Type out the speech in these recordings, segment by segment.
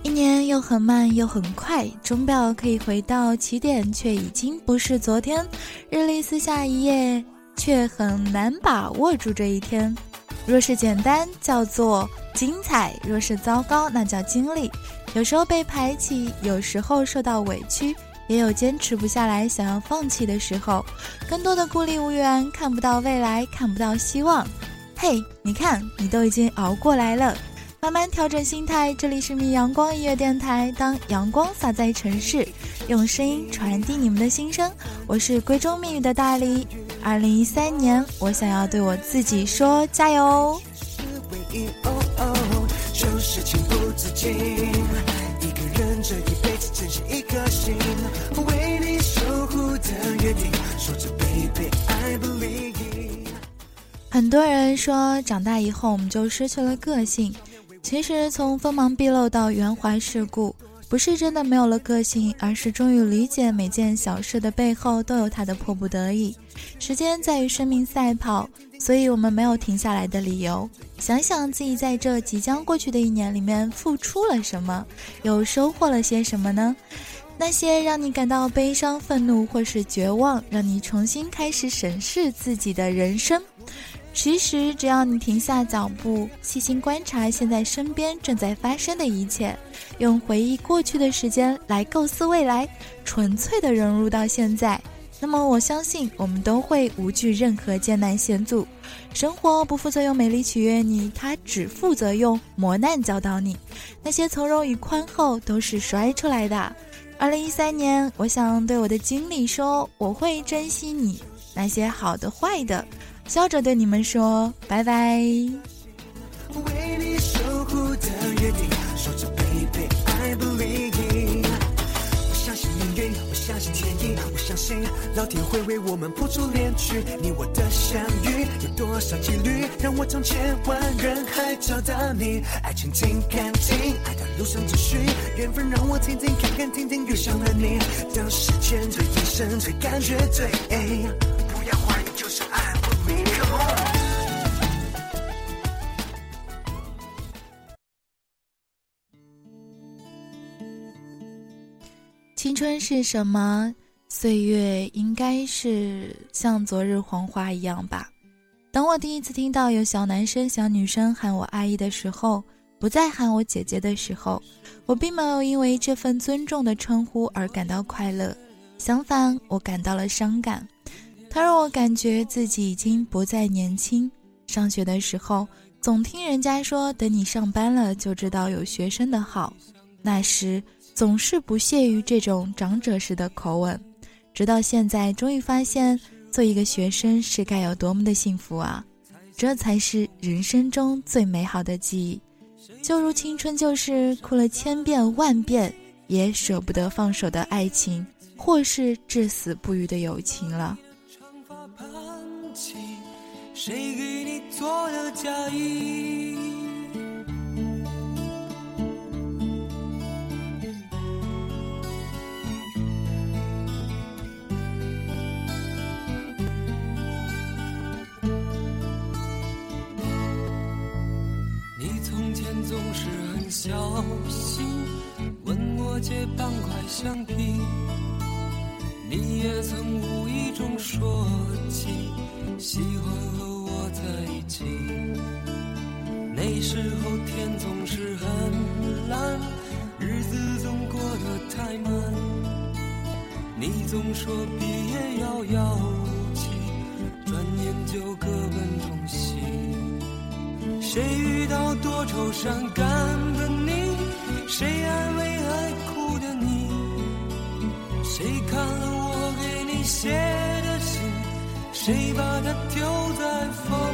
年又很慢又很快，钟表可以回到起点，却已经不是昨天。日历撕下一页，却很难把握住这一天。若是简单，叫做精彩；若是糟糕，那叫经历。有时候被排挤，有时候受到委屈，也有坚持不下来想要放弃的时候。更多的孤立无援，看不到未来，看不到希望。嘿，你看，你都已经熬过来了。慢慢调整心态，这里是米阳光音乐电台，当阳光洒在城市，用声音传递你们的心声。我是闺中密语的大黎。2013年，我想要对我自己说加油。就是情不自禁，一个人这一辈子真是一颗心，为你守护的约定，说着 baby I believe。很多人说长大以后我们就失去了个性，其实从锋芒毕露到圆滑世故，不是真的没有了个性，而是终于理解每件小事的背后都有它的迫不得已。时间在与生命赛跑，所以我们没有停下来的理由。想想自己在这即将过去的一年里面付出了什么，又收获了些什么呢？那些让你感到悲伤、愤怒或是绝望，让你重新开始审视自己的人生。其实只要你停下脚步，细心观察现在身边正在发生的一切，用回忆过去的时间来构思未来，纯粹的融入到现在，那么我相信我们都会无惧任何艰难险阻。生活不负责用美丽取悦你，它只负责用磨难教导你。那些从容与宽厚都是摔出来的。2013年，我想对我的经历说，我会珍惜你，那些好的坏的，笑着对你们说拜拜。为你守护的约定，说着 baby I believe。 我相信命运，我相信天意，我相信老天会为我们谱出恋曲。你我的相遇，有多少几率让我从千万人海找到你？爱情听看听，爱的路上只需缘分，让我听听看看听听遇上了你。当时间对眼神对感觉对，不要怀疑就是爱。青春是什么？岁月应该是像昨日黄花一样吧。当我第一次听到有小男生小女生喊我阿姨的时候，不再喊我姐姐的时候，我并没有因为这份尊重的称呼而感到快乐，相反，我感到了伤感。它让我感觉自己已经不再年轻。上学的时候，总听人家说等你上班了就知道有学生的好，那时总是不屑于这种长者式的口吻，直到现在终于发现做一个学生是该有多么的幸福啊！这才是人生中最美好的记忆，就如青春就是哭了千遍万遍也舍不得放手的爱情，或是至死不渝的友情了。谁给你做的嫁衣？你从前总是很小心，问我借半块橡皮，你也曾无意中说起喜欢和我在一起。那时候天总是很蓝，日子总过得太慢，你总说毕业遥遥无期，转眼就各奔东西。谁遇到多愁善感的你？谁安慰爱哭的你？谁看了我给你写的信？谁把它丢在风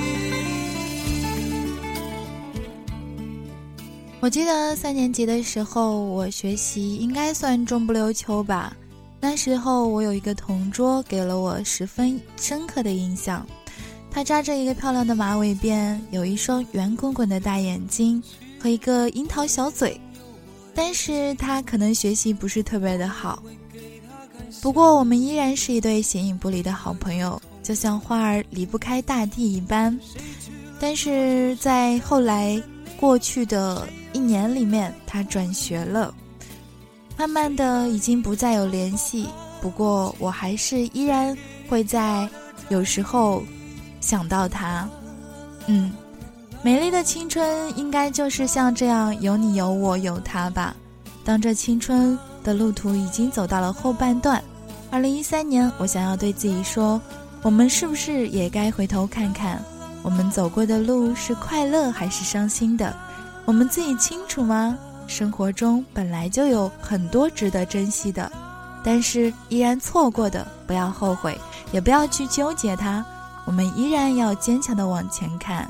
里？我记得3年级的时候，我学习应该算中不溜秋吧。那时候我有一个同桌给了我10分深刻的印象。他扎着一个漂亮的马尾辫，有一双圆滚滚的大眼睛和一个樱桃小嘴，但是他可能学习不是特别的好。不过我们依然是一对形影不离的好朋友，就像花儿离不开大地一般。但是在后来过去的1 年里面他转学了，慢慢的已经不再有联系，不过我还是依然会在有时候想到他。美丽的青春应该就是像这样，有你有我有他吧。当这青春的路途已经走到了后半段，2013年我想要对自己说，我们是不是也该回头看看，我们走过的路是快乐还是伤心的，我们自己清楚吗？生活中本来就有很多值得珍惜的，但是依然错过的不要后悔，也不要去纠结它，我们依然要坚强地往前看。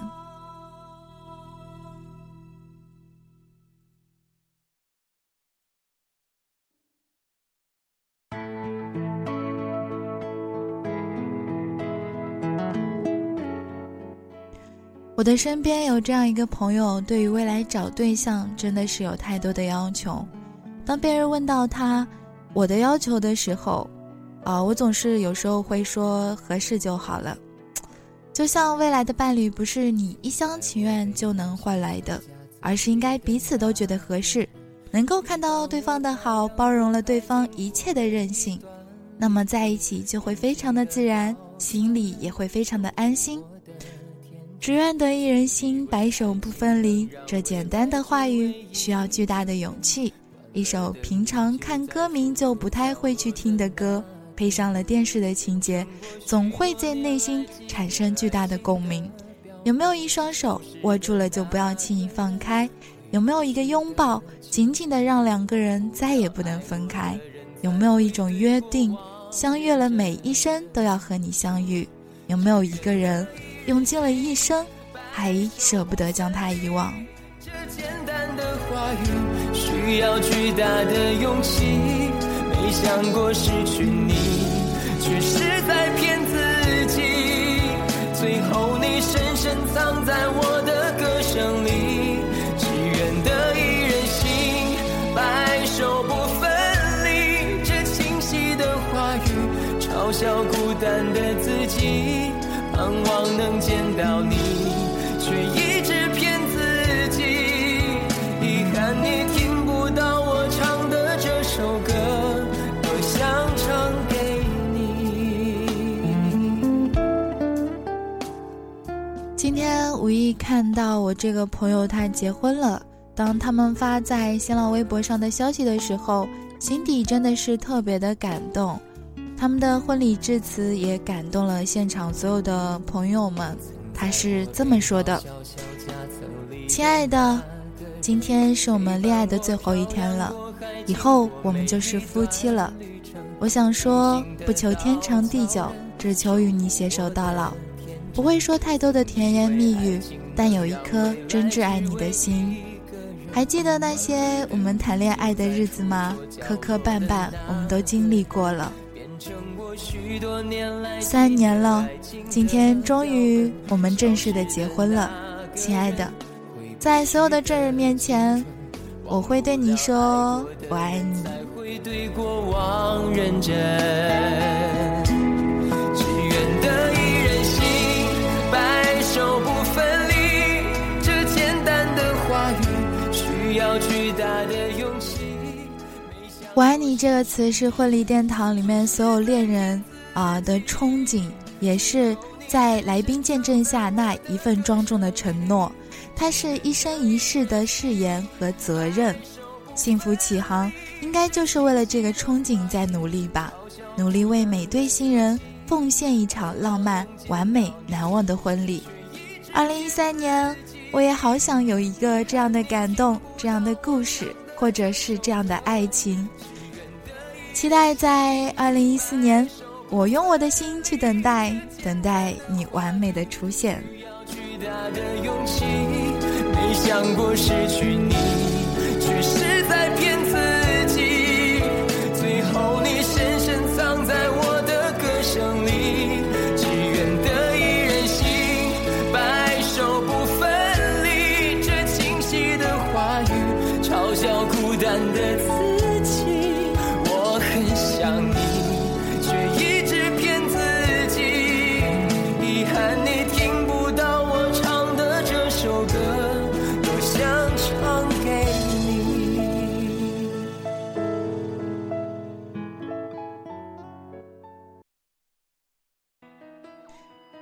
我的身边有这样一个朋友，对于未来找对象真的是有太多的要求。当别人问到他我的要求的时候，我总是有时候会说合适就好了。就像未来的伴侣不是你一厢情愿就能换来的，而是应该彼此都觉得合适，能够看到对方的好，包容了对方一切的任性，那么在一起就会非常的自然，心里也会非常的安心。只愿得一人心，白首不分离，这简单的话语需要巨大的勇气。一首平常看歌名就不太会去听的歌，配上了电视的情节，总会在内心产生巨大的共鸣。有没有一双手握住了就不要轻易放开？有没有一个拥抱紧紧的让两个人再也不能分开？有没有一种约定，相约了每一生都要和你相遇？有没有一个人用尽了一生还舍不得将他遗忘？ 这简单的话语需要巨大的勇气，没想过失去你，却是在骗自己，最后你深深藏在我的歌声里，只愿得一人心，白首不分离。这清晰的话语嘲笑孤单的自己，盼望能见到你，却一直骗自己，遗憾你听不到我唱的这首歌，多想唱给你。 今天无意看到我这个朋友他结婚了，当他们发在新浪微博上的消息的时候，心底真的是特别的感动。他们的婚礼致辞也感动了现场所有的朋友们，他是这么说的：亲爱的，今天是我们恋爱的最后一天了，以后我们就是夫妻了。我想说，不求天长地久，只求与你携手到老。不会说太多的甜言蜜语，但有一颗真挚爱你的心。还记得那些我们谈恋爱的日子吗？磕磕绊绊我们都经历过了。3年了，今天终于我们正式的结婚了。亲爱的，在所有的证人面前，我会对你说我爱你。 会对过往认真，只愿得一人心，白首不分离。这简单的话语需要巨大的勇气。 我爱你这个词是婚礼殿堂里面所有恋人的憧憬，也是在来宾见证下那一份庄重的承诺，它是一生一世的誓言和责任。幸福启航应该就是为了这个憧憬在努力吧，努力为每对新人奉献一场浪漫完美难忘的婚礼。2013年我也好想有一个这样的感动，这样的故事，或者是这样的爱情。期待在2014年我用我的心去等待，等待你完美的出现。 巨大的勇气，没想过失去你，却是在骗自己，最后你深深藏在我的歌声里，只愿得一人心，白首不分离。这清晰的话语嘲笑孤单的自己，我很想你，却一直骗自己，遗憾你听不到我唱的这首歌，多想唱给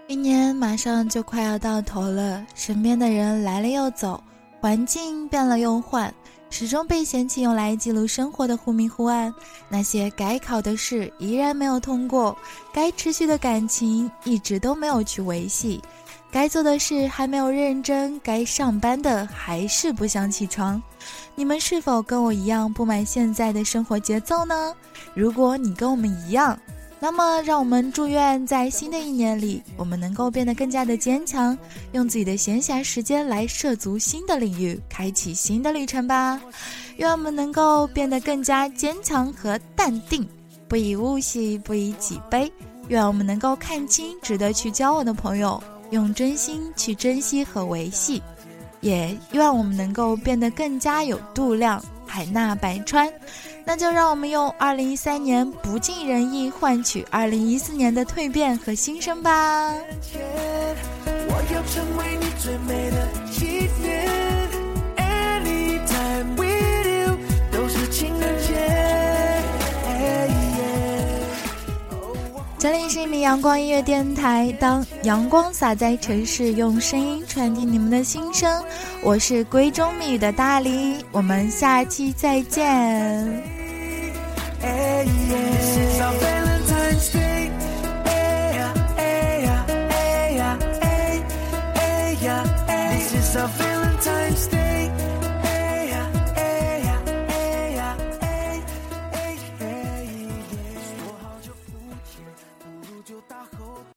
一年马上就快要到头了，身边的人来了又走，环境变了又换，始终被嫌弃用来记录生活的忽明忽暗，那些该考的试依然没有通过，该持续的感情一直都没有去维系，该做的事还没有认真，该上班的还是不想起床。你们是否跟我一样不满现在的生活节奏呢？如果你跟我们一样，那么让我们祝愿在新的一年里，我们能够变得更加的坚强，用自己的闲暇时间来涉足新的领域，开启新的旅程吧。愿我们能够变得更加坚强和淡定，不以物喜，不以己悲。愿我们能够看清值得去交往的朋友，用真心去珍惜和维系，也愿我们能够变得更加有度量，海纳百川。那就让我们用2013年不尽人意换取2014年的蜕变和新生吧。 我要成为你最美的纪念 Anytime with you 都是情人节。 这里是一名阳光音乐电台，当阳光洒在城市，用声音传递你们的心声。我是闺中密语的大黎，我们下期再见。 This is our Valentine's Day. This is our Valentine's Day. 说好就付钱，不如就大后